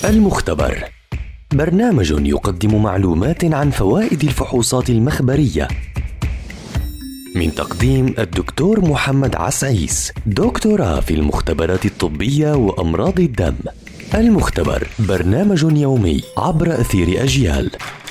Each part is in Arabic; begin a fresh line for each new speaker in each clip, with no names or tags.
المختبر برنامج يقدم معلومات عن فوائد الفحوصات المخبرية من تقديم الدكتور محمد عسعيس، دكتوراه في المختبرات الطبية وأمراض الدم. المختبر برنامج يومي عبر أثير أجيال.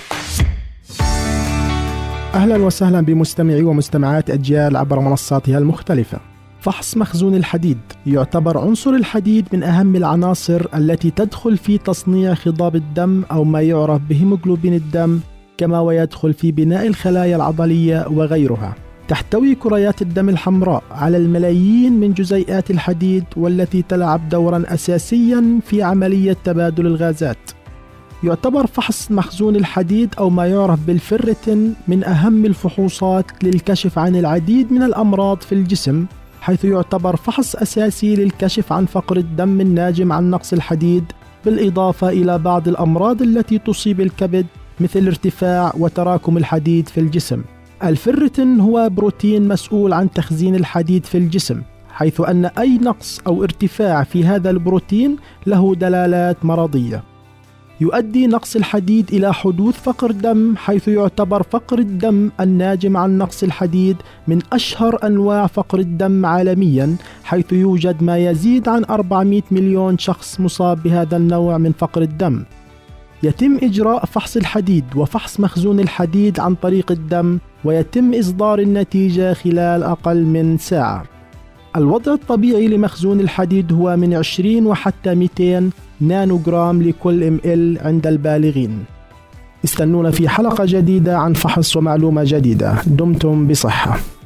أهلا وسهلا بمستمعي ومستمعات أجيال عبر منصاتها المختلفة. فحص مخزون الحديد يعتبر عنصر الحديد من أهم العناصر التي تدخل في تصنيع خضاب الدم أو ما يعرف بهيموغلوبين الدم، كما ويدخل في بناء الخلايا العضلية وغيرها. تحتوي كريات الدم الحمراء على الملايين من جزيئات الحديد، والتي تلعب دورا أساسيا في عملية تبادل الغازات. يعتبر فحص مخزون الحديد أو ما يعرف بالفيرتين من أهم الفحوصات للكشف عن العديد من الأمراض في الجسم، حيث يعتبر فحص أساسي للكشف عن فقر الدم الناجم عن نقص الحديد، بالإضافة إلى بعض الأمراض التي تصيب الكبد مثل ارتفاع وتراكم الحديد في الجسم. الفيرتين هو بروتين مسؤول عن تخزين الحديد في الجسم، حيث أن أي نقص أو ارتفاع في هذا البروتين له دلالات مرضية. يؤدي نقص الحديد إلى حدوث فقر دم، حيث يعتبر فقر الدم الناجم عن نقص الحديد من أشهر أنواع فقر الدم عالميا، حيث يوجد ما يزيد عن 400 مليون شخص مصاب بهذا النوع من فقر الدم. يتم إجراء فحص الحديد وفحص مخزون الحديد عن طريق الدم، ويتم إصدار النتيجة خلال أقل من ساعة. الوضع الطبيعي لمخزون الحديد هو من 20 وحتى 200 نانوغرام لكل ml عند البالغين. استنونا في حلقة جديدة عن فحص ومعلومة جديدة. دمتم بصحة.